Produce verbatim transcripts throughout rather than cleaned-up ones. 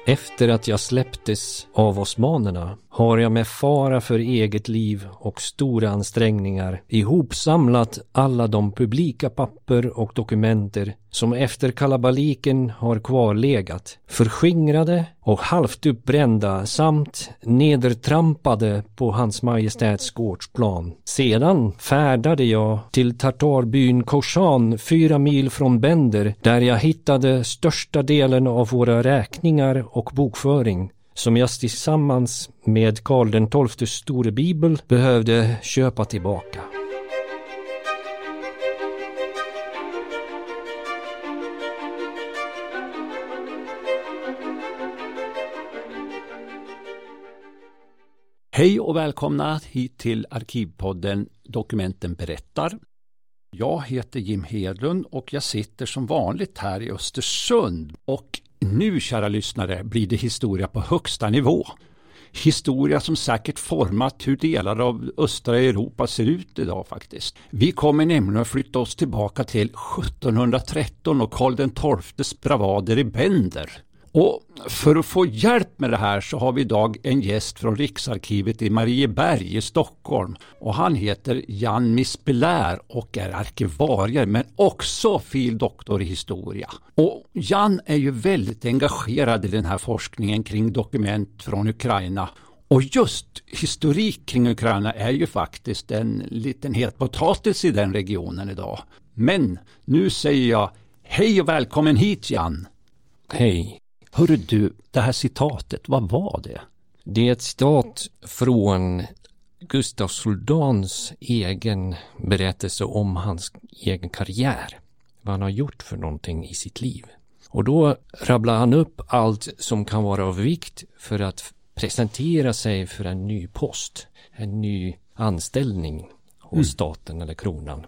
Efter att jag släpptes av osmanerna har jag med fara för eget liv och stora ansträngningar ihopsamlat alla de publika papper och dokumenter som efter kalabaliken har kvarlegat, förskingrade och halvt uppbrända samt nedertrampade på hans majestäts gårdsplan. Sedan färdade jag till tartarbyn Korsan fyra mil från Bender, där jag hittade största delen av våra räkningar och bokföring som jag tillsammans med Karl den tolftes store bibel behövde köpa tillbaka. Hej och välkomna hit till Arkivpodden Dokumenten berättar. Jag heter Jim Hedlund och jag sitter som vanligt här i Östersund. Och nu, kära lyssnare, blir det historia på högsta nivå. Historia som säkert format hur delar av östra Europa ser ut idag faktiskt. Vi kommer nämligen att flytta oss tillbaka till sjuttonhundratretton och Karl den tolftes bravader i Bender. Och för att få hjälp med det här så har vi idag en gäst från Riksarkivet i Marieberg i Stockholm. Och han heter Jan Mispelär och är arkivarie men också fildoktor i historia. Och Jan är ju väldigt engagerad i den här forskningen kring dokument från Ukraina. Och just historik kring Ukraina är ju faktiskt en liten het potatis i den regionen idag. Men nu säger jag hej och välkommen hit, Jan. Hej. Hörru du, det här citatet, vad var det? Det är ett citat från Gustaf Soldans egen berättelse om hans egen karriär. Vad han har gjort för någonting i sitt liv. Och då rabblar han upp allt som kan vara av vikt för att presentera sig för en ny post. En ny anställning hos mm. staten eller kronan.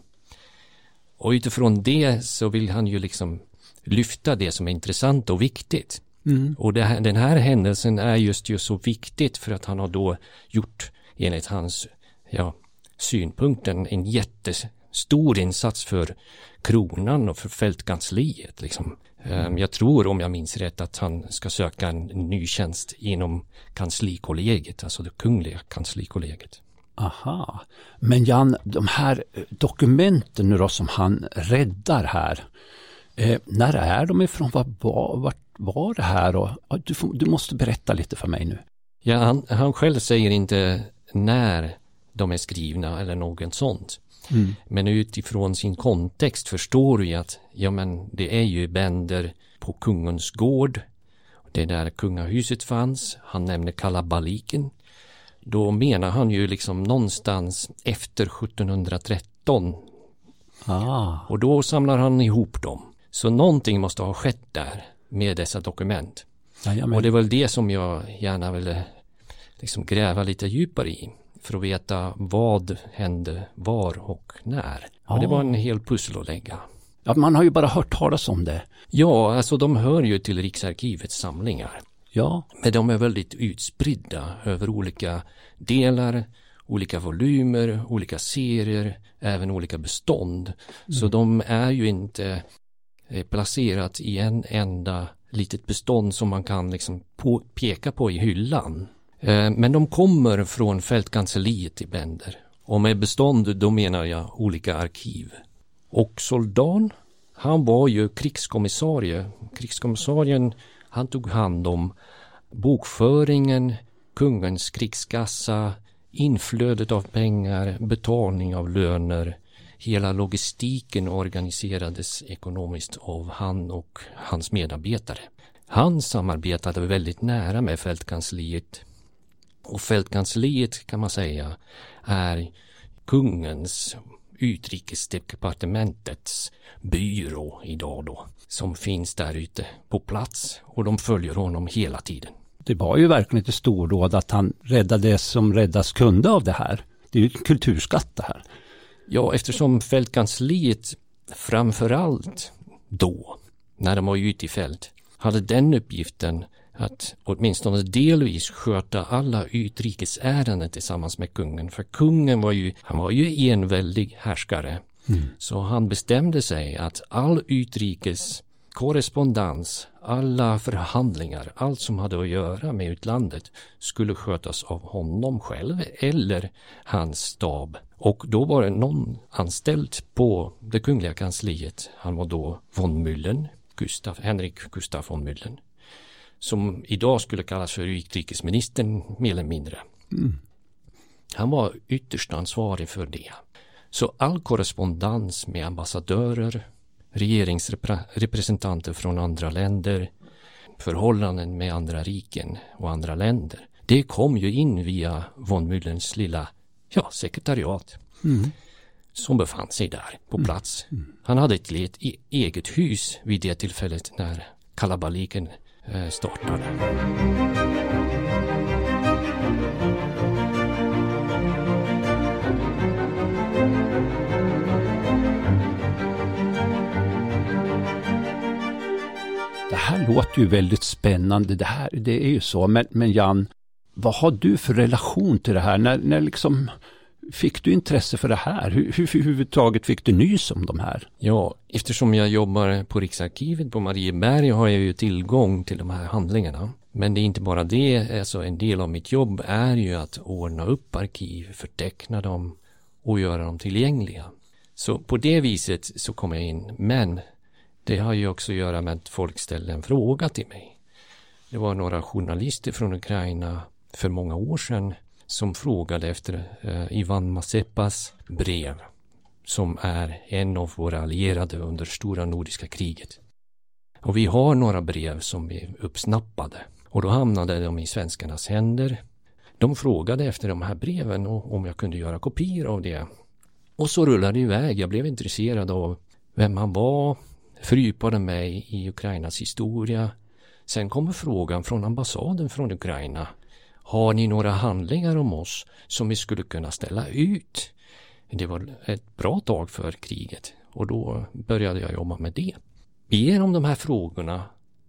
Och utifrån det så vill han ju liksom lyfta det som är intressant och viktigt. Mm. Och det här, den här händelsen är just, just så viktigt för att han har då gjort enligt hans ja, synpunkten en jättestor insats för kronan och för fältkansliet. Liksom. Mm. Jag tror, om jag minns rätt, att han ska söka en ny tjänst inom kanslikollegiet, alltså det kungliga kanslikollegiet. Aha, men Jan, de här dokumenten nu då som han räddar här, eh, när är de ifrån? Vad var var det här? Och, du, får, du måste berätta lite för mig nu. Ja, han, han själv säger inte när de är skrivna eller något sånt. Mm. Men utifrån sin kontext förstår du att ja, men det är ju Bender på kungens gård. Det är där kungahuset fanns. Han nämner kalabaliken. Då menar han ju liksom någonstans efter sjuttonhundratretton. Ah. Och då samlar han ihop dem. Så någonting måste ha skett där med dessa dokument. Jajamän. Och det är väl det som jag gärna ville liksom gräva lite djupare i. För att veta vad hände, var och när. Ja. Och det var en hel pussel att lägga. Ja, man har ju bara hört talas om det. Ja, alltså de hör ju till Riksarkivets samlingar. Ja. Men de är väldigt utspridda över olika delar, olika volymer, olika serier, även olika bestånd. Mm. Så de är ju inte placerat i en enda litet bestånd som man kan liksom på, peka på i hyllan. Eh, men de kommer från fältkansliet i Bender. Och med bestånd då menar jag olika arkiv. Och Soldan, han var ju krigskommissarie. Krigskommissarien, han tog hand om bokföringen, kungens krigskassa, inflödet av pengar, betalning av löner. Hela logistiken organiserades ekonomiskt av han och hans medarbetare. Han samarbetade väldigt nära med fältkansliet. Och fältkansliet kan man säga är kungens utrikesdepartementets byrå idag då. Som finns där ute på plats och de följer honom hela tiden. Det var ju verkligen ett stordåd att han räddade det som räddas kunde av det här. Det är ju en kulturskatt det här. Ja, eftersom fältkansliet framförallt då, när de var ute i fält, hade den uppgiften att åtminstone delvis sköta alla utrikesärenden tillsammans med kungen. För kungen var ju, han var ju enväldig härskare. Mm. Så han bestämde sig att all utrikes korrespondens, alla förhandlingar, allt som hade att göra med utlandet skulle skötas av honom själv eller hans stab. Och då var det någon anställd på det kungliga kansliet, han var då von Müllen, Gustav, Henrik Gustav von Müllen, som idag skulle kallas för utrikesministern mer eller mindre. Mm. Han var ytterst ansvarig för det. Så all korrespondens med ambassadörer, regeringsrepresentanter från andra länder, förhållanden med andra riken och andra länder, det kom ju in via von Müllens lilla ja, sekretariat mm. som befann sig där på plats. Mm. Mm. Han hade ett, ett eget hus vid det tillfället när kalabaliken eh, startade. Det här låter ju väldigt spännande, det här, det är ju så. Men, men Jan, vad har du för relation till det här? När, när liksom fick du intresse för det här? Hur, hur, hur överhuvudtaget fick du nys om de här? Ja, eftersom jag jobbar på Riksarkivet på Marieberg har jag ju tillgång till de här handlingarna. Men det är inte bara det, alltså en del av mitt jobb är ju att ordna upp arkiv, förteckna dem och göra dem tillgängliga. Så på det viset så kommer jag in, men det har ju också att göra med att folk ställde en fråga till mig. Det var några journalister från Ukraina för många år sedan som frågade efter eh, Ivan Mazepas brev, som är en av våra allierade under stora nordiska kriget. Och vi har några brev som vi uppsnappade och då hamnade de i svenskarnas händer. De frågade efter de här breven och om jag kunde göra kopior av det. Och så rullade det iväg. Jag blev intresserad av vem han var, fördjupade mig i Ukrainas historia. Sen kommer frågan från ambassaden från Ukraina. Har ni några handlingar om oss som vi skulle kunna ställa ut? Det var ett bra tag för kriget och då började jag jobba med det. Genom de här frågorna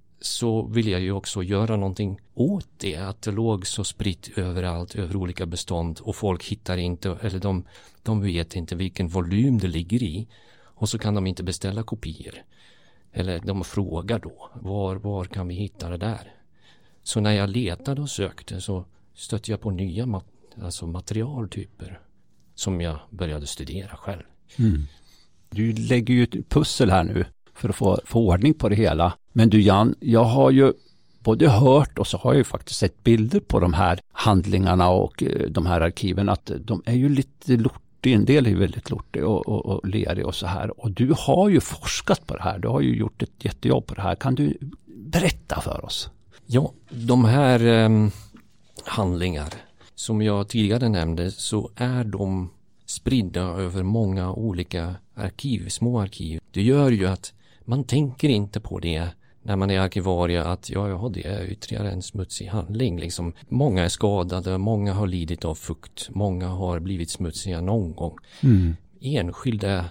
så vill jag ju också göra någonting åt det. Att det låg så spritt överallt, över olika bestånd och folk hittar inte, eller de, de vet inte vilken volym det ligger i. Och så kan de inte beställa kopior. Eller de frågar då, var, var kan vi hitta det där? Så när jag letade och sökte så stötte jag på nya mat- alltså materialtyper som jag började studera själv. Mm. Du lägger ju ett pussel här nu för att få, få ordning på det hela. Men du Jan, jag har ju både hört och så har jag ju faktiskt sett bilder på de här handlingarna och de här arkiven att de är ju lite lortiga. En del är ju väldigt lortiga och, och, och lerig och så här. Och du har ju forskat på det här. Du har ju gjort ett jättejobb på det här. Kan du berätta för oss? Ja, de här eh, handlingar som jag tidigare nämnde så är de spridda över många olika arkiv, små arkiv. Det gör ju att man tänker inte på det när man är arkivarie att ja, ja, det är ytterligare en smutsig handling. Liksom, många är skadade, många har lidit av fukt, många har blivit smutsiga någon gång. Mm. Enskilda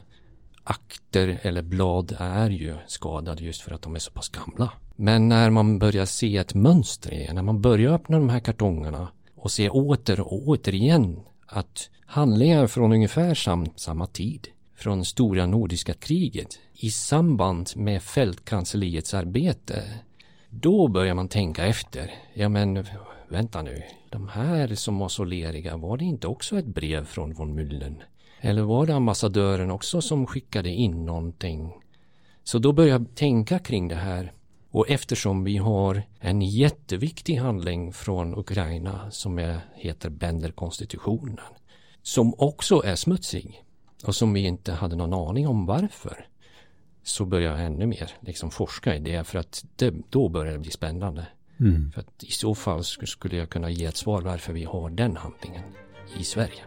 akter eller blad är ju skadade just för att de är så pass gamla. Men när man börjar se ett mönster igen, när man börjar öppna de här kartongerna och se åter och återigen att handlingar från ungefär sam, samma tid, från stora nordiska kriget, i samband med fältkansliets arbete, då börjar man tänka efter. Ja men vänta nu, de här som var så leriga, var det inte också ett brev från von Müllen? Eller var det ambassadören också som skickade in någonting? Så då börjar jag tänka kring det här. Och eftersom vi har en jätteviktig handling från Ukraina som är, heter Bender-konstitutionen, som också är smutsig och som vi inte hade någon aning om varför, så börjar jag ännu mer liksom forska i det, för att det, då börjar det bli spännande. Mm. För att i så fall skulle jag kunna ge ett svar varför vi har den handlingen i Sverige.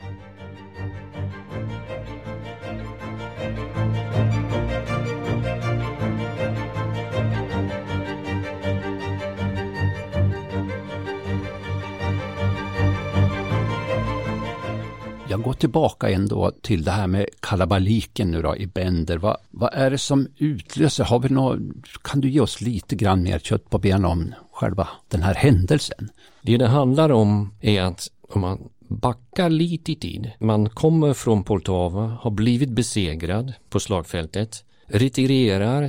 Jag går tillbaka ändå till det här med kalabaliken nu då i Bender. Vad, vad är det som utlöser? Har vi något, kan du ge oss lite grann mer kött på benen om själva den här händelsen? Det det handlar om är att om man backar lite i tid. Man kommer från Poltava, har blivit besegrad på slagfältet, retirerar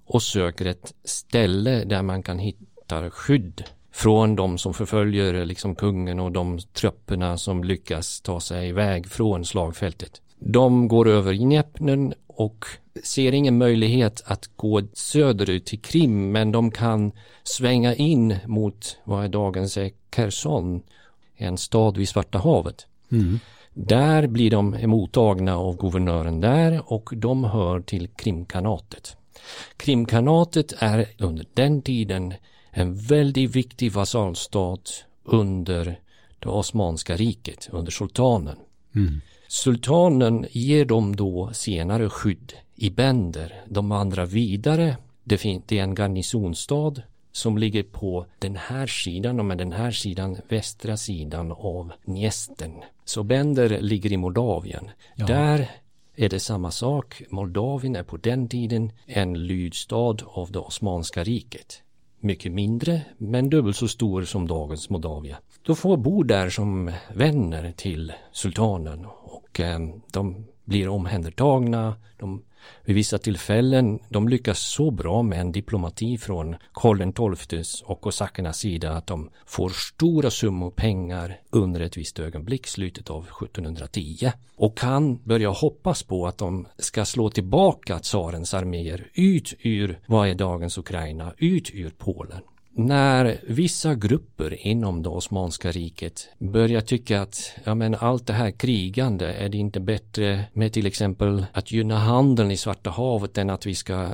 och söker ett ställe där man kan hitta skydd från de som förföljer liksom kungen och de trupperna som lyckas ta sig iväg från slagfältet. De går över i Dnepren och ser ingen möjlighet att gå söderut till Krim, men de kan svänga in mot vad är dagens Kherson, en stad vid Svarta havet. Mm. Där blir de emottagna av guvernören där och de hör till Krimkanatet. Krimkanatet är under den tiden en väldigt viktig vasallstat under det Osmanska riket, under sultanen. Mm. Sultanen ger dem då senare skydd i Bender. De vandrar vidare. Det finns en garnisonstad som ligger på den här sidan och med den här sidan, västra sidan av Dnestern. Så Bender ligger i Moldavien. Ja. Där är det samma sak. Moldavien är på den tiden en lydstad av det Osmanska riket. Mycket mindre, men dubbelt så stor som dagens Moldavien. De får bo där som vänner till sultanen och eh, de blir omhändertagna. De, vid vissa tillfällen de lyckas så bra med en diplomati från Karl den tolftes och kosackernas sida att de får stora summor pengar under ett visst ögonblick, slutet av sjuttonhundratio, och kan börja hoppas på att de ska slå tillbaka tsarens arméer ut ur vad är dagens Ukraina, ut ur Polen. När vissa grupper inom det Osmanska riket börjar tycka att ja, men allt det här krigande, är det inte bättre med till exempel att gynna handeln i Svarta havet än att vi ska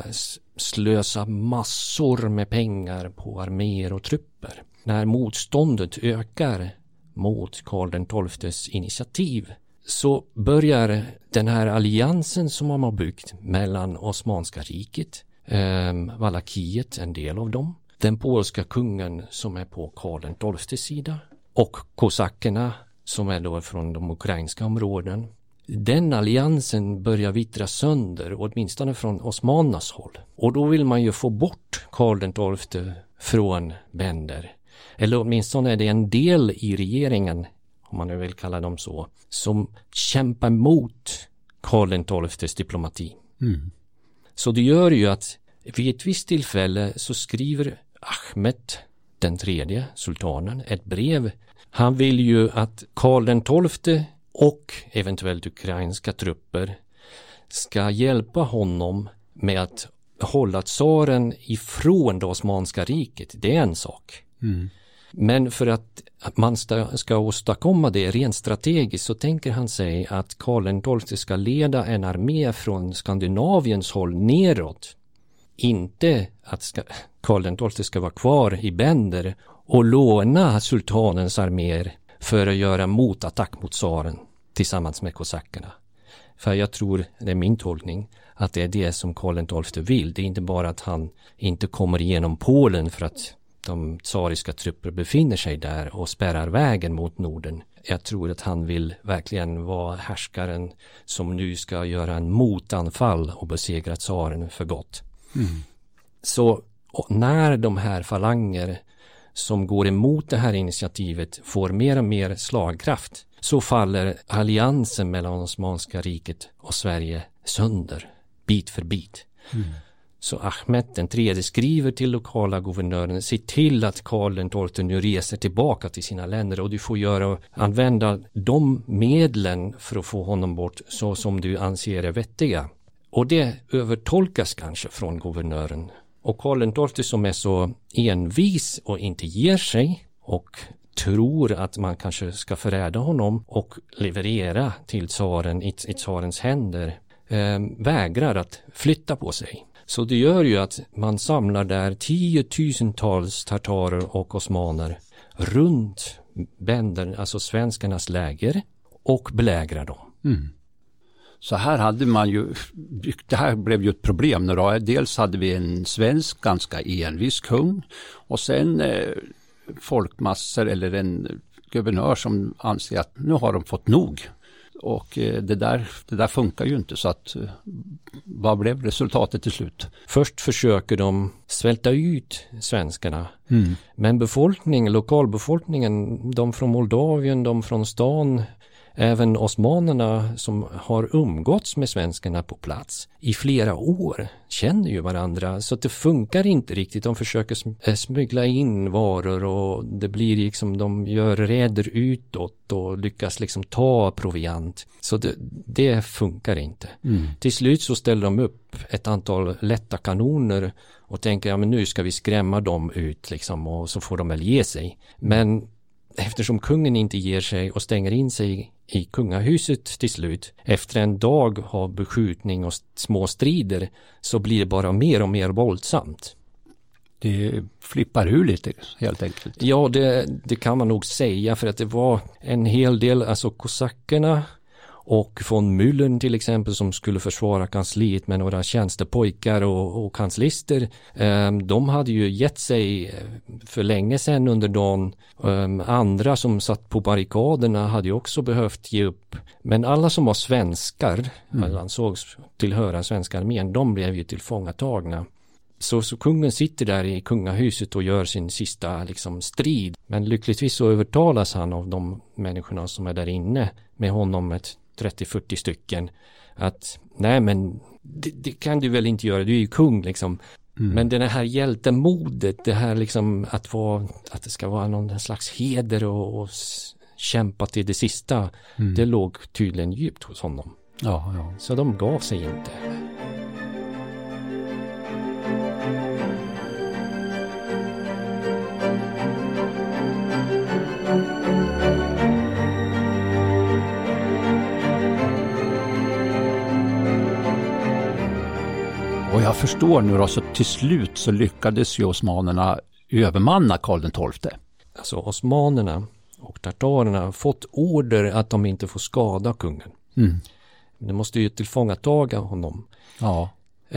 slösa massor med pengar på arméer och trupper. När motståndet ökar mot Karl den tolftes initiativ så börjar den här alliansen som man har byggt mellan Osmanska riket, eh, Valakiet, en del av dem, den polska kungen som är på Karl den tolftes sida och kosackerna som är då från de ukrainska områden. Den alliansen börjar vittra sönder, åtminstone från osmanernas håll. Och då vill man ju få bort Karl den tolfte från Bender. Eller åtminstone är det en del i regeringen, om man nu vill kalla dem så, som kämpar mot Karl den tolftes diplomati. Mm. Så det gör ju att vid ett visst tillfälle så skriver Ahmet den tredje, sultanen, ett brev. Han vill ju att Karl den tolfte och eventuellt ukrainska trupper ska hjälpa honom med att hålla tsaren ifrån det Osmanska riket. Det är en sak. Mm. Men för att man ska åstadkomma det rent strategiskt så tänker han sig att Karl den tolfte ska leda en armé från Skandinaviens håll neråt. Inte att ska, Karl den tolfte ska vara kvar i Bender och låna sultanens arméer för att göra motattack mot tsaren tillsammans med kosackerna. För jag tror, det är min tolkning, att det är det som Karl den tolfte vill. Det är inte bara att han inte kommer igenom Polen för att de tsariska trupper befinner sig där och spärrar vägen mot Norden. Jag tror att han vill verkligen vara härskaren som nu ska göra en motanfall och besegra tsaren för gott. Mm. Så när de här falanger som går emot det här initiativet får mer och mer slagkraft så faller alliansen mellan Osmanska riket och Sverige sönder, bit för bit. Mm. Så Ahmet den tredje skriver till lokala guvernören, se till att Karl den tolfte nu reser tillbaka till sina länder och du får göra, använda de medlen för att få honom bort så som du anser är vettiga. Och det övertolkas kanske från guvernören. Och Karl den tolfte som är så envis och inte ger sig och tror att man kanske ska förräda honom och leverera till tsaren i, i tsarens händer eh, vägrar att flytta på sig. Så det gör ju att man samlar där tiotusentals tartarer och osmaner runt Bender, alltså svenskarnas läger, och belägrar dem. Mm. Så här hade man ju, det här blev ju ett problem. Då. Dels hade vi en svensk ganska envis kung och sen eh, folkmassor eller en guvernör som anser att nu har de fått nog. Och eh, det, där, det där funkar ju inte, så att eh, vad blev resultatet till slut? Först försöker de svälta ut svenskarna. Mm. Men befolkningen, lokalbefolkningen, de från Moldavien, de från stan även osmanerna som har umgåtts med svenskarna på plats i flera år känner ju varandra, så att det funkar inte riktigt. De försöker smyggla in varor och det blir liksom, de gör räder utåt och lyckas liksom ta proviant. Så det, det funkar inte. Mm. Till slut så ställer de upp ett antal lätta kanoner och tänker, ja men nu ska vi skrämma dem ut liksom, och så får de väl ge sig. Men eftersom kungen inte ger sig och stänger in sig i kungahuset till slut, efter en dag av beskjutning och små strider, så blir det bara mer och mer våldsamt. Det flippar ur lite helt enkelt. Ja, det, det kan man nog säga, för att det var en hel del, alltså kosackerna och von Müllern till exempel, som skulle försvara kansliet med några tjänstepojkar och, och kanslister. Um, de hade ju gett sig för länge sedan under dagen. Um, andra som satt på barrikaderna hade ju också behövt ge upp. Men alla som var svenskar, mm. ansågs tillhöra svenska armén, de blev ju tillfångatagna. Så, så kungen sitter där i kungahuset och gör sin sista liksom, strid. Men lyckligtvis så övertalas han av de människorna som är där inne med honom, ett trettio fyrtio stycken, att nej men det, det kan du väl inte göra, du är ju kung liksom. Mm. Men det här hjältemodet, det här liksom att, vara, att det ska vara någon slags heder och, och kämpa till det sista, mm. det låg tydligen djupt hos honom. Ja, ja. Så de gav sig inte. Och jag förstår nu då, så till slut så lyckades ju osmanerna övermanna Karl den tolfte. Alltså osmanerna och tartarerna har fått order att de inte får skada kungen. Mm. De måste ju tillfångataga honom. Ja.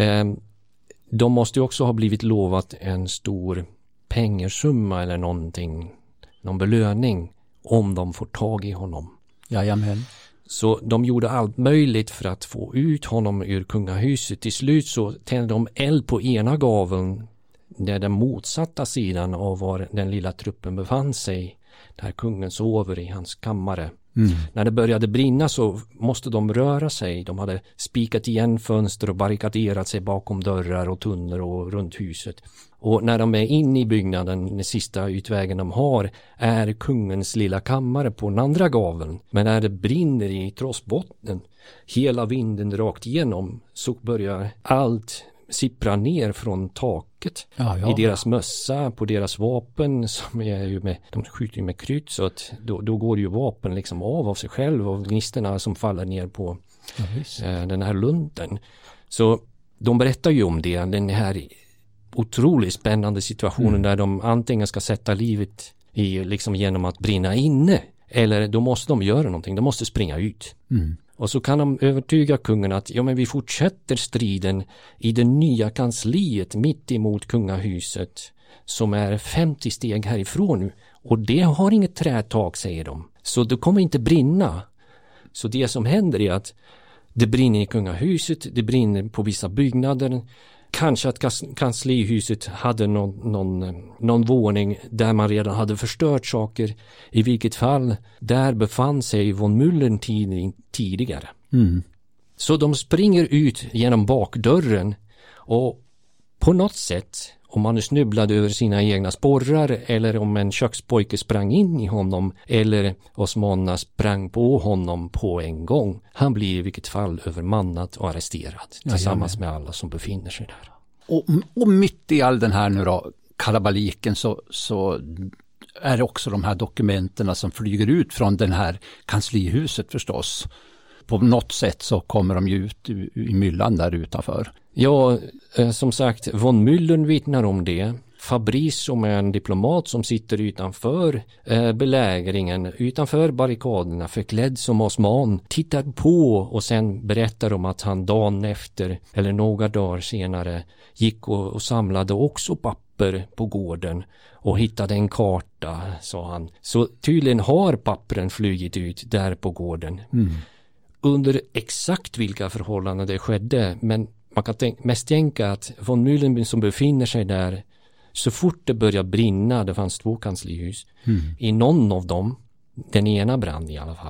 De måste ju också ha blivit lovat en stor pengesumma eller någonting, någon belöning om de får tag i honom. Jajamän. Så de gjorde allt möjligt för att få ut honom ur kungahuset. Till slut så tände de eld på ena gaveln, där den motsatta sidan av var den lilla truppen befann sig, där kungen sover i hans kammare. Mm. När det började brinna så måste de röra sig. De hade spikat igen fönster och barrikaderat sig bakom dörrar och tunnor och runt huset. Och när de är inne i byggnaden, den sista utvägen de har är kungens lilla kammare på den andra gaveln. Men när det brinner i trossbotten, hela vinden rakt igenom, så börjar allt sippra ner från taket. Ja, ja. I deras mössa, på deras vapen, som är ju med, de skjuter ju med kryt, så att då, då går ju vapen liksom av av sig själv, av gnisterna som faller ner på ja, eh, den här lunten. Så de berättar ju om det, den här otroligt spännande situationen mm. där de antingen ska sätta livet i liksom genom att brinna inne, eller då måste de göra någonting, de måste springa ut. Mm. Och så kan de övertyga kungen att ja, men vi fortsätter striden i det nya kansliet mitt emot kungahuset, som är femtio steg härifrån nu. Och det har inget trätak, säger de. Så det kommer inte brinna. Så det som händer är att det brinner i kungahuset, det brinner på vissa byggnader. Kanske att kanslihuset hade någon, någon, någon våning där man redan hade förstört saker. I vilket fall, där befann sig von Müllern tid, tidigare. Mm. Så de springer ut genom bakdörren, och på något sätt, om man snubblade över sina egna sporrar, eller om en kökspojke sprang in i honom, eller osmanerna sprang på honom på en gång, han blir i vilket fall övermannad och arresterad tillsammans ja, med alla som befinner sig där. Och, och mitt i all den här nu då, kalabaliken, så, så är det också de här dokumenten som flyger ut från den här kanslihuset förstås. På något sätt så kommer de ju ut i, i myllan där utanför. Ja, eh, som sagt, von Müllern vittnar om det. Fabrice, som är en diplomat som sitter utanför eh, belägringen, utanför barrikaderna, förklädd som osman, tittar på och sen berättar om att han dagen efter, eller några dagar senare, gick och, och samlade också papper på gården och hittade en karta, sa han. Så tydligen har pappren flugit ut där på gården. Mm. Under exakt vilka förhållanden det skedde, men man kan tänk, mest tänka att von Müllern som befinner sig där, så fort det började brinna, det fanns två kanslihus, mm. i någon av dem, den ena brann i alla fall,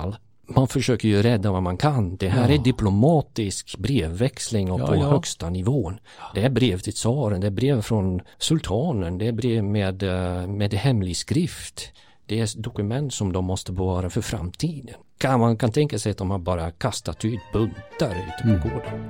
man försöker ju rädda vad man kan. Det här ja. är diplomatisk brevväxling och ja, på ja. högsta nivån. Det är brev till tsaren, det är brev från sultanen, det är brev med, med hemlig skrift. Det är dokument som de måste bevara för framtiden. Kan man kan tänka sig att de har bara kastat ut buntar ute på mm. gården.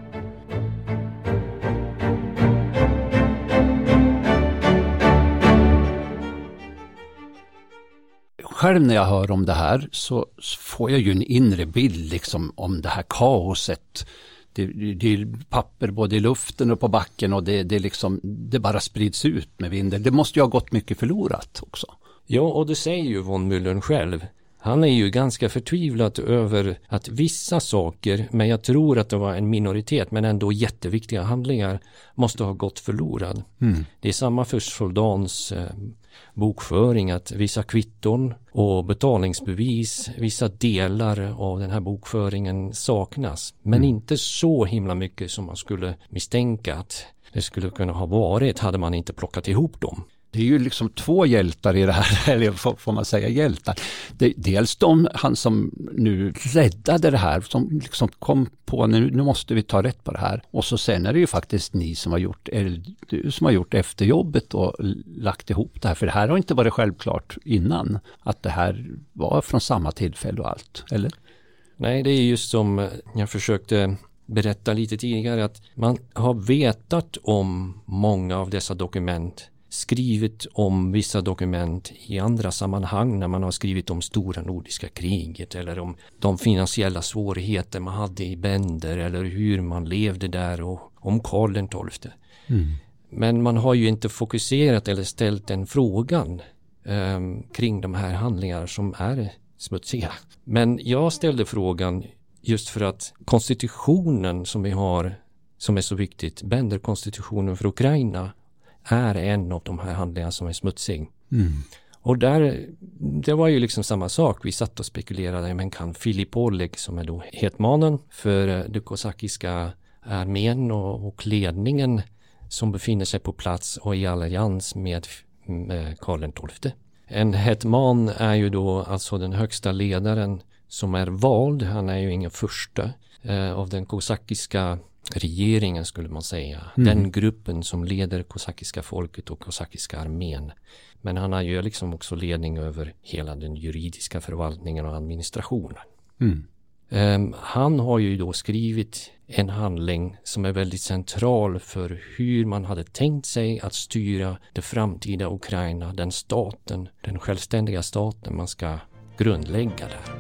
Själv när jag hör om det här så får jag ju en inre bild liksom om det här kaoset. Det, det är papper både i luften och på backen och det, det, liksom, det bara sprids ut med vinden. Det måste ju ha gått mycket förlorat också. Ja, och det säger ju von Müllern själv. Han är ju ganska förtvivlad över att vissa saker, men jag tror att det var en minoritet, men ändå jätteviktiga handlingar, måste ha gått förlorad. Mm. Det är samma för Soldans eh, bokföring, att vissa kvitton och betalningsbevis, vissa delar av den här bokföringen saknas. Men mm. inte så himla mycket som man skulle misstänka att det skulle kunna ha varit, hade man inte plockat ihop dem. Det är ju liksom två hjältar i det här, eller får man säga hjältar. Det, dels de, han som nu räddade det här, som liksom kom på nu, nu måste vi ta rätt på det här. Och så sen är det ju faktiskt ni som har gjort, eller du som har gjort efterjobbet och lagt ihop det här. För det här har inte varit självklart innan, att det här var från samma tillfälle och allt, eller? Nej, det är just som jag försökte berätta lite tidigare, att man har vetat om många av dessa dokument, skrivit om vissa dokument i andra sammanhang när man har skrivit om stora nordiska kriget eller om de finansiella svårigheter man hade i Bender eller hur man levde där och om Karl den tolfte. Mm. Men man har ju inte fokuserat eller ställt den frågan eh, kring de här handlingar som är smutsiga. Men jag ställde frågan just för att konstitutionen som vi har, som är så viktigt, Bender-konstitutionen för Ukraina, är en av de här handlingarna som är smutsig. Mm. Och där, det var ju liksom samma sak. Vi satt och spekulerade, men kan Filip Oleg, som är då hetmanen för det kosakiska armén och, och ledningen som befinner sig på plats och i allians med, med Karl den tolfte. En hetman är ju då alltså den högsta ledaren som är vald. Han är ju ingen första eh, av den kosakiska regeringen, skulle man säga. Mm. Den gruppen som leder kosakiska folket och kosakiska armén. Men han har ju liksom också ledning över hela den juridiska förvaltningen och administrationen. Mm. Um, han har ju då skrivit en handling som är väldigt central för hur man hade tänkt sig att styra det framtida Ukraina, den staten, den självständiga staten man ska grundlägga där.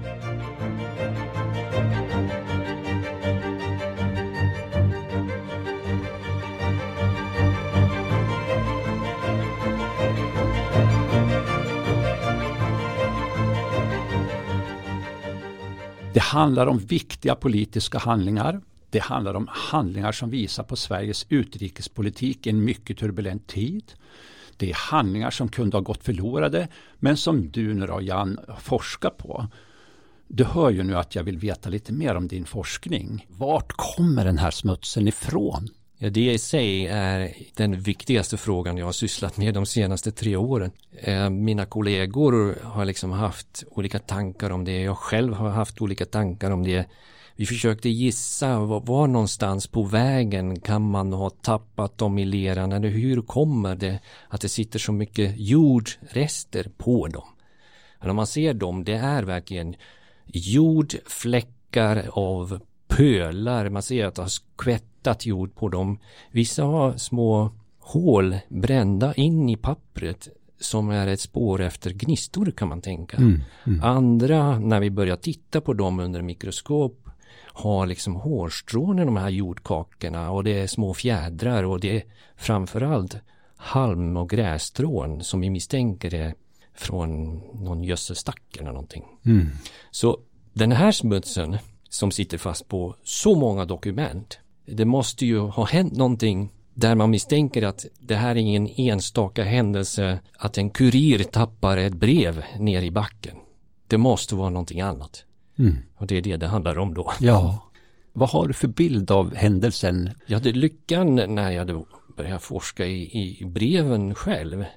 Det handlar om viktiga politiska handlingar. Det handlar om handlingar som visar på Sveriges utrikespolitik i en mycket turbulent tid. Det är handlingar som kunde ha gått förlorade, men som du nu och Jan forskar på. Du hör ju nu att jag vill veta lite mer om din forskning. Vart kommer den här smutsen ifrån? Ja, det i sig är den viktigaste frågan jag har sysslat med de senaste tre åren. Eh, mina kollegor har liksom haft olika tankar om det. Jag själv har haft olika tankar om det. Vi försökte gissa var, var någonstans på vägen kan man ha tappat dem i leran. Eller hur kommer det att det sitter så mycket jordrester på dem? Och när man ser dem, det är verkligen jordfläckar av pölar. Man ser att det har skvättat jord på dem. Vissa har små hål brända in i pappret som är ett spår efter gnistor, kan man tänka. Mm, mm. Andra, när vi börjar titta på dem under mikroskop, har liksom hårstrån i de här jordkakorna och det är små fjädrar och det är framförallt halm- och grässtrån som vi misstänker är från någon gödselstack eller någonting. Mm. Så den här smutsen som sitter fast på så många dokument, det måste ju ha hänt någonting där man misstänker att det här är ingen enstaka händelse att en kurir tappar ett brev ner i backen. Det måste vara någonting annat. Mm. Och det är det det handlar om då. Ja. Vad har du för bild av händelsen? Jag hade lyckan när jag började forska i, i breven själv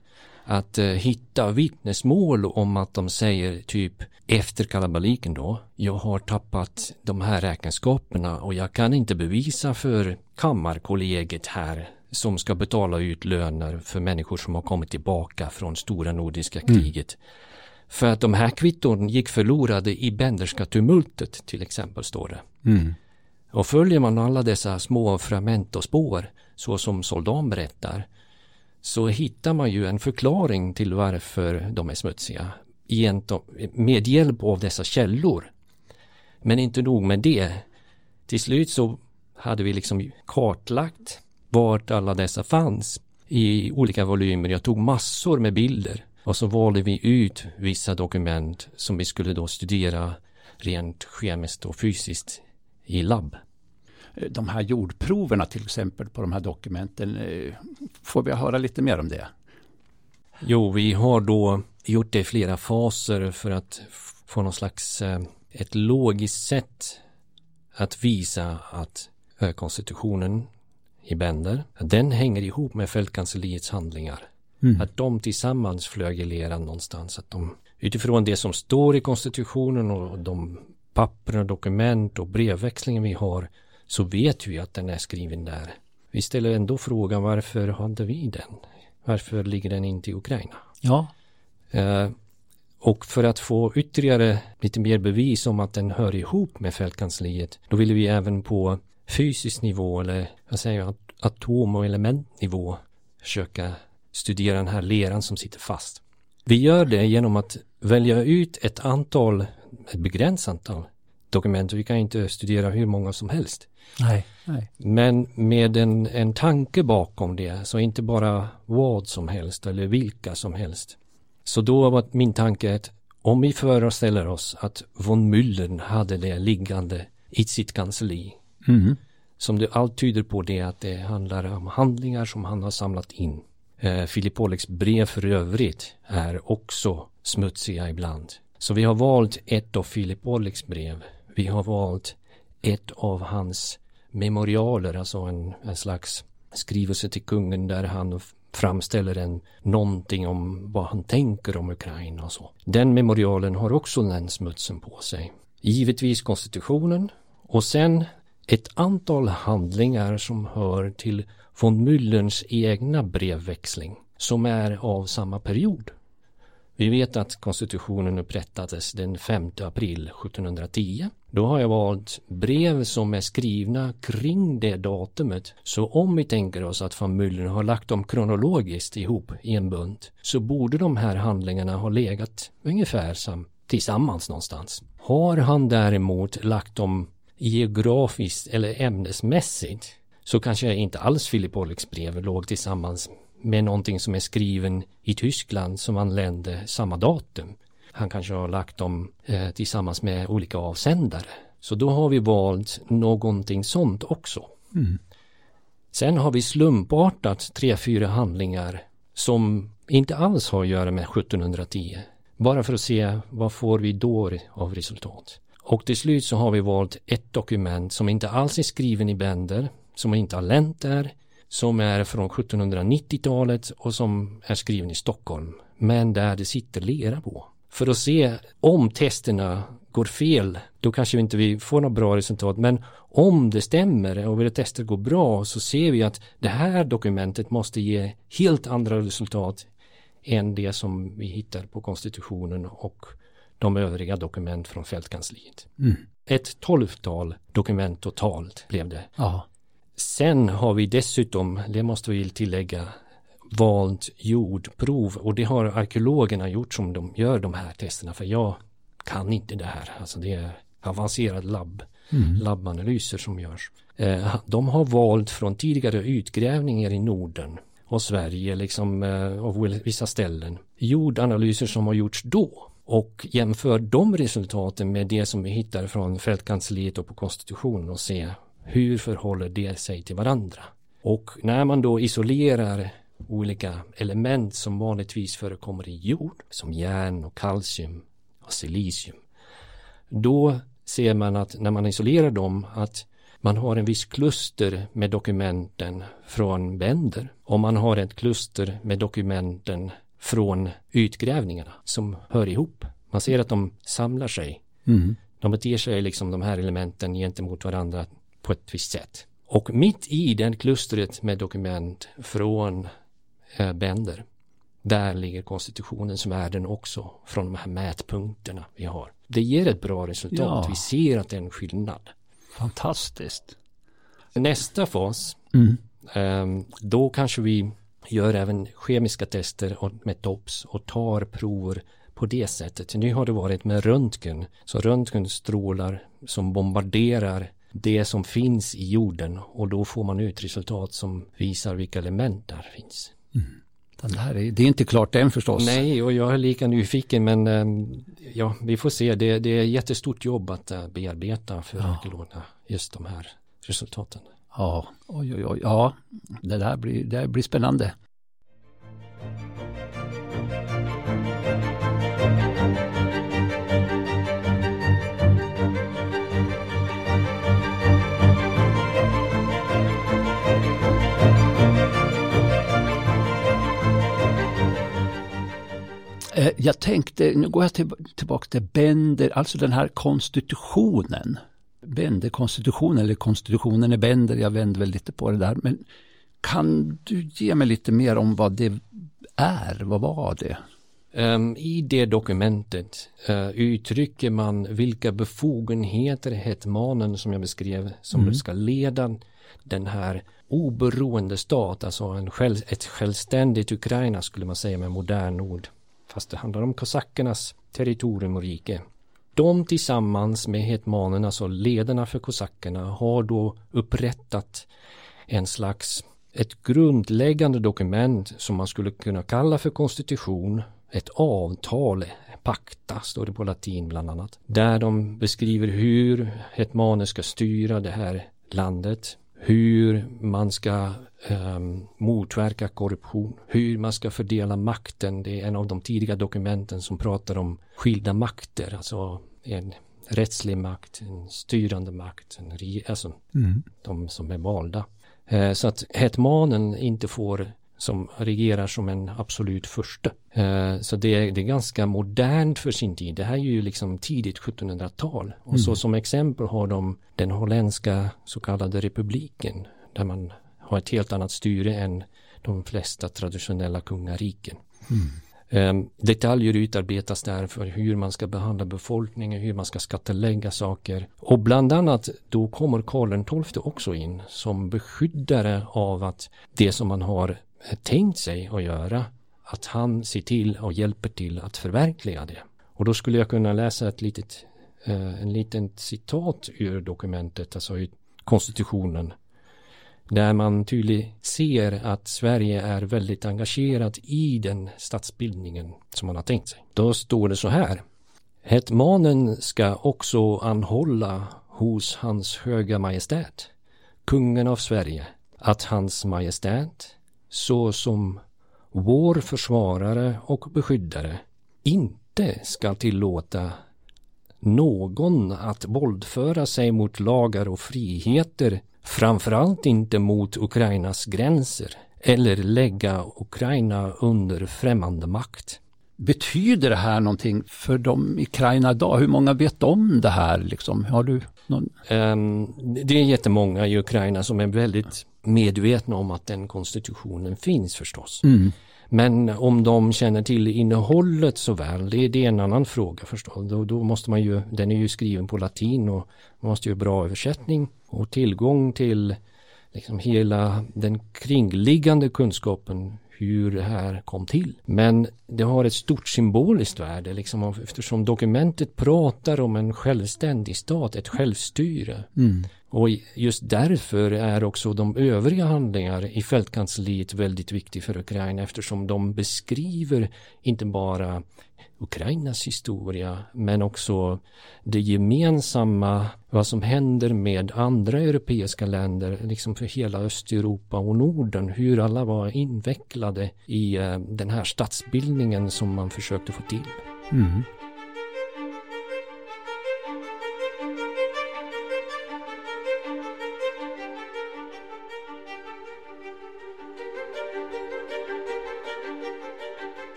att eh, hitta vittnesmål om att de säger typ efter kalabaliken då, jag har tappat de här räkenskaperna och jag kan inte bevisa för kammarkollegiet här som ska betala ut löner för människor som har kommit tillbaka från stora nordiska kriget. Mm. För att de här kvitton gick förlorade i bänderska tumultet till exempel, står det. Mm. Och följer man alla dessa små fragment och spår, så som Soldan berättar, så hittar man ju en förklaring till varför de är smutsiga med hjälp av dessa källor. Men inte nog med det. Till slut så hade vi liksom kartlagt vart alla dessa fanns i olika volymer. Jag tog massor med bilder och så valde vi ut vissa dokument som vi skulle då studera rent kemiskt och fysiskt i labb. De här jordproverna till exempel på de här dokumenten, får vi höra lite mer om det? Jo, vi har då gjort det i flera faser för att få någon slags ett logiskt sätt att visa att konstitutionen i Bender, den hänger ihop med fältkansliets handlingar. Mm. Att de tillsammans flögelerar någonstans. Att de, utifrån det som står i konstitutionen och de papper och dokument och brevväxlingen vi har, så vet vi att den är skriven där. Vi ställer ändå frågan, varför hade vi den? Varför ligger den inte i Ukraina? Ja. Eh, och för att få ytterligare lite mer bevis om att den hör ihop med fältkansliet, då vill vi även på fysisk nivå eller vad säger jag, atom- och elementnivå försöka studera den här leran som sitter fast. Vi gör det genom att välja ut ett antal, ett begränsat antal dokument. Vi kan inte studera hur många som helst. Nej, nej. Men med en, en tanke bakom det, så inte bara vad som helst eller vilka som helst. Så då var min tanke att om vi föreställer oss att von Müllern hade det liggande i sitt kansli, mm. som det allt tyder på det att det handlar om handlingar som han har samlat in. Eh, Philip Pollecks brev för övrigt är också smutsiga ibland. Så vi har valt ett av Philip Pollecks brev. Vi har valt ett av hans memorialer, alltså en, en slags skrivelse till kungen där han framställer en, någonting om vad han tänker om Ukraina och så. Den memorialen har också den smutsen på sig. Givetvis konstitutionen och sen ett antal handlingar som hör till von Müllerns egna brevväxling som är av samma period. Vi vet att konstitutionen upprättades den femte april sjuttonhundratio. Då har jag valt brev som är skrivna kring det datumet. Så om vi tänker oss att von Müllern har lagt dem kronologiskt ihop i en bunt, så borde de här handlingarna ha legat ungefär sam- tillsammans någonstans. Har han däremot lagt dem geografiskt eller ämnesmässigt, så kanske inte alls Philip Pollecks brev låg tillsammans med någonting som är skriven i Tyskland som anlände samma datum. Han kanske har lagt dem eh, tillsammans med olika avsändare. Så då har vi valt någonting sånt också. Mm. Sen har vi slumpartat tre, fyra handlingar som inte alls har att göra med sjuttonhundratio. Bara för att se vad får vi då av resultat. Och till slut så har vi valt ett dokument som inte alls är skriven i Bender, som inte har länt där, som är från sjuttonhundranittiotalet och som är skriven i Stockholm, men där det sitter lera på. För att se om testerna går fel, då kanske vi inte vi får några bra resultat, men om det stämmer och våra tester går bra, så ser vi att det här dokumentet måste ge helt andra resultat än det som vi hittar på konstitutionen och de övriga dokument från fältkansliet. Mm. Ett tolvtal dokument totalt blev det. Ja. Sen har vi dessutom, det måste vi tillägga, valt jordprov, och det har arkeologerna gjort som de gör de här testerna, för jag kan inte det här. Alltså det är avancerad labb, mm. labbanalyser som görs. Eh, de har valt från tidigare utgrävningar i Norden och Sverige, liksom eh, av vissa ställen, jordanalyser som har gjorts då. Och jämför de resultaten med det som vi hittar från fältkansliet och på konstitutionen och se hur förhåller det sig till varandra. Och när man då isolerar olika element som vanligtvis förekommer i jord, som järn och kalcium och silicium, då ser man att när man isolerar dem att man har en viss kluster med dokumenten från Bender och man har ett kluster med dokumenten från utgrävningarna som hör ihop. Man ser att de samlar sig. Mm. De beter sig liksom de här elementen gentemot varandra på ett visst sätt. Och mitt i den klustret med dokument från eh, Bender, där ligger konstitutionens värden också från de här mätpunkterna vi har. Det ger ett bra resultat. Ja. Vi ser att det är en skillnad. Fantastiskt. Nästa fas, Mm. eh, då kanske vi gör även kemiska tester och, med tops och tar prover på det sättet. Nu har det varit med röntgen. Så röntgenstrålar som bombarderar det som finns i jorden och då får man ut resultat som visar vilka element där finns. Mm. Den här är, det är inte klart än förstås. Nej, och jag är lika nyfiken men ja, vi får se. Det, det är jättestort jobb att bearbeta för ja. arkeologerna just de här resultaten. Ja, oj, oj, oj. Ja, det där blir, det blir spännande. Jag tänkte, nu går jag till, tillbaka till Bender, alltså den här konstitutionen. Bender-konstitutionen eller konstitutionen är Bender, jag vänder väl lite på det där. Men kan du ge mig lite mer om vad det är? Vad var det? Um, I det dokumentet uh, uttrycker man vilka befogenheter hetmanen som jag beskrev som mm. ska leda den här oberoende stat, alltså en själv, ett självständigt Ukraina skulle man säga med modern ord. Fast det handlar om kosackernas territorium och rike. De tillsammans med hetmanerna, alltså ledarna för kosackerna, har då upprättat en slags, ett grundläggande dokument som man skulle kunna kalla för konstitution, ett avtal, pakta står det på latin bland annat, där de beskriver hur hetmaner ska styra det här landet, hur man ska um, motverka korruption, hur man ska fördela makten. Det är en av de tidiga dokumenten som pratar om skilda makter, alltså en rättslig makt, en styrande makt, en reg- alltså mm. de som är valda. Uh, så att hetmanen inte får som regerar som en absolut första. Uh, så det är, det är ganska modernt för sin tid. Det här är ju liksom tidigt sjuttonhundratal. Och mm. så som exempel har de den holländska så kallade republiken, där man har ett helt annat styre än de flesta traditionella kungariken. Mm. Um, detaljer utarbetas där för hur man ska behandla befolkningen, hur man ska skattelägga saker. Och bland annat då kommer Karl den tolfte också in som beskyddare av att det som man har tänkt sig att göra, att han ser till och hjälper till att förverkliga det. Och då skulle jag kunna läsa ett litet, eh, en liten citat ur dokumentet, alltså i konstitutionen, där man tydligt ser att Sverige är väldigt engagerat i den statsbildningen som man har tänkt sig. Då står det så här: hetmanen ska också anhålla hos hans höga majestät, kungen av Sverige, att hans majestät så som vår försvarare och beskyddare inte ska tillåta någon att våldföra sig mot lagar och friheter, framförallt inte mot Ukrainas gränser, eller lägga Ukraina under främmande makt. Betyder det här någonting för dem i Ukraina idag? Hur många vet om det här? Liksom? Har du någon... um, det är jättemånga i Ukraina som är väldigt medvetna om att den konstitutionen finns förstås. Mm. Men om de känner till innehållet så väl, det, det är en annan fråga förstås. Då, då måste man ju, den är ju skriven på latin och man måste ju ha bra översättning och tillgång till liksom hela den kringliggande kunskapen hur det här kom till. Men det har ett stort symboliskt värde liksom, eftersom dokumentet pratar om en självständig stat, ett självstyre. Mm. Och just därför är också de övriga handlingar i fältkansliet väldigt viktiga för Ukraina, eftersom de beskriver inte bara Ukrainas historia men också det gemensamma, vad som händer med andra europeiska länder, liksom för hela Östeuropa och Norden, hur alla var invecklade i uh, den här statsbildningen som man försökte få till. Mm.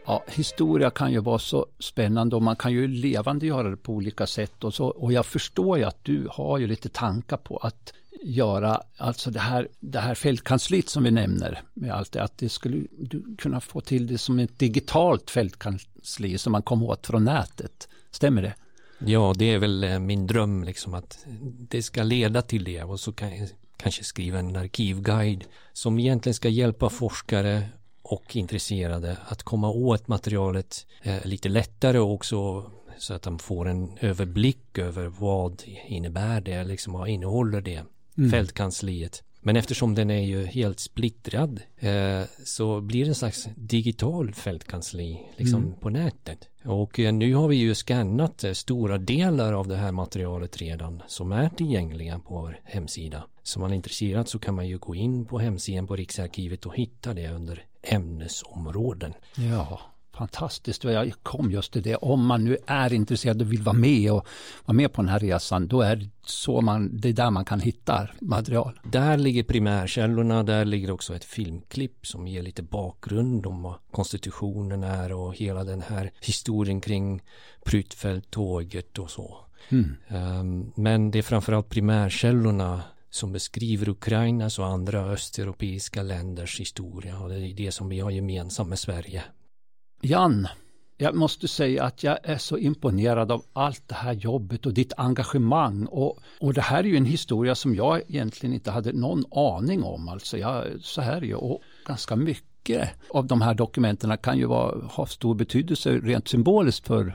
Ja, historia kan ju vara så spännande och man kan ju levande göra det på olika sätt. Och, så, och jag förstår ju att du har ju lite tankar på att göra alltså det här, det här fältkansliet som vi nämner med allt det. Att det skulle du kunna få till det som ett digitalt fältkansli som man kommer åt från nätet. Stämmer det? Ja, det är väl min dröm liksom att det ska leda till det. Och så kan jag kanske skriva en arkivguide som egentligen ska hjälpa forskare och intresserade att komma åt materialet eh, lite lättare också så att de får en överblick över vad innebär det, liksom vad innehåller det mm. fältkansliet. Men eftersom den är ju helt splittrad eh, så blir det en slags digital fältkansli liksom mm. på nätet. Och eh, nu har vi ju skannat eh, stora delar av det här materialet redan som är tillgängliga på vår hemsida. Så man är intresserad så kan man ju gå in på hemsidan på Riksarkivet och hitta det under ämnesområden. Ja, fantastiskt. Jag kom just till det. Om man nu är intresserad och vill vara med och vara med på den här resan, då är det, så man, det är där man kan hitta material. Där ligger primärkällorna, där ligger också ett filmklipp som ger lite bakgrund om vad konstitutionen är och hela den här historien kring Pryttfälttåget och så. Mm. Um, men det är framförallt primärkällorna som beskriver Ukrainas och andra östeuropeiska länders historia och det är det som vi har gemensamt med Sverige. Jan, jag måste säga att jag är så imponerad av allt det här jobbet och ditt engagemang och, och det här är ju en historia som jag egentligen inte hade någon aning om. Alltså jag, så här är ju och ganska mycket av de här dokumenten kan ju vara, ha stor betydelse rent symboliskt för,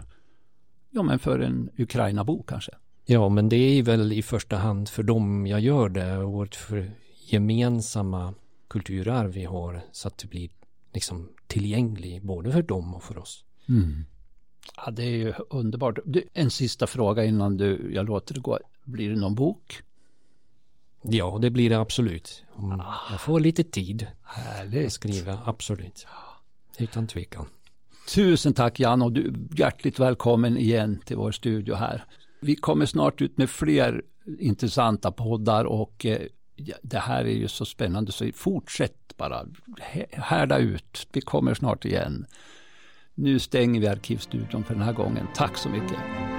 ja, men för en Ukraina-bo kanske. Ja, men det är väl i första hand för dem jag gör det och vårt för gemensamma kulturarv vi har så att det blir liksom tillgänglig både för dem och för oss. Mm. Ja, det är ju underbart. Du, en sista fråga innan du, jag låter det gå. Blir det någon bok? Ja, det blir det absolut. Om ah, jag får lite tid härligt. Att skriva, absolut. Utan tvekan. Tusen tack Jan och du hjärtligt välkommen igen till vår studio här. Vi kommer snart ut med fler intressanta poddar och eh, det här är ju så spännande så fortsätt bara härda ut. Vi kommer snart igen. Nu stänger vi Arkivstudion för den här gången. Tack så mycket.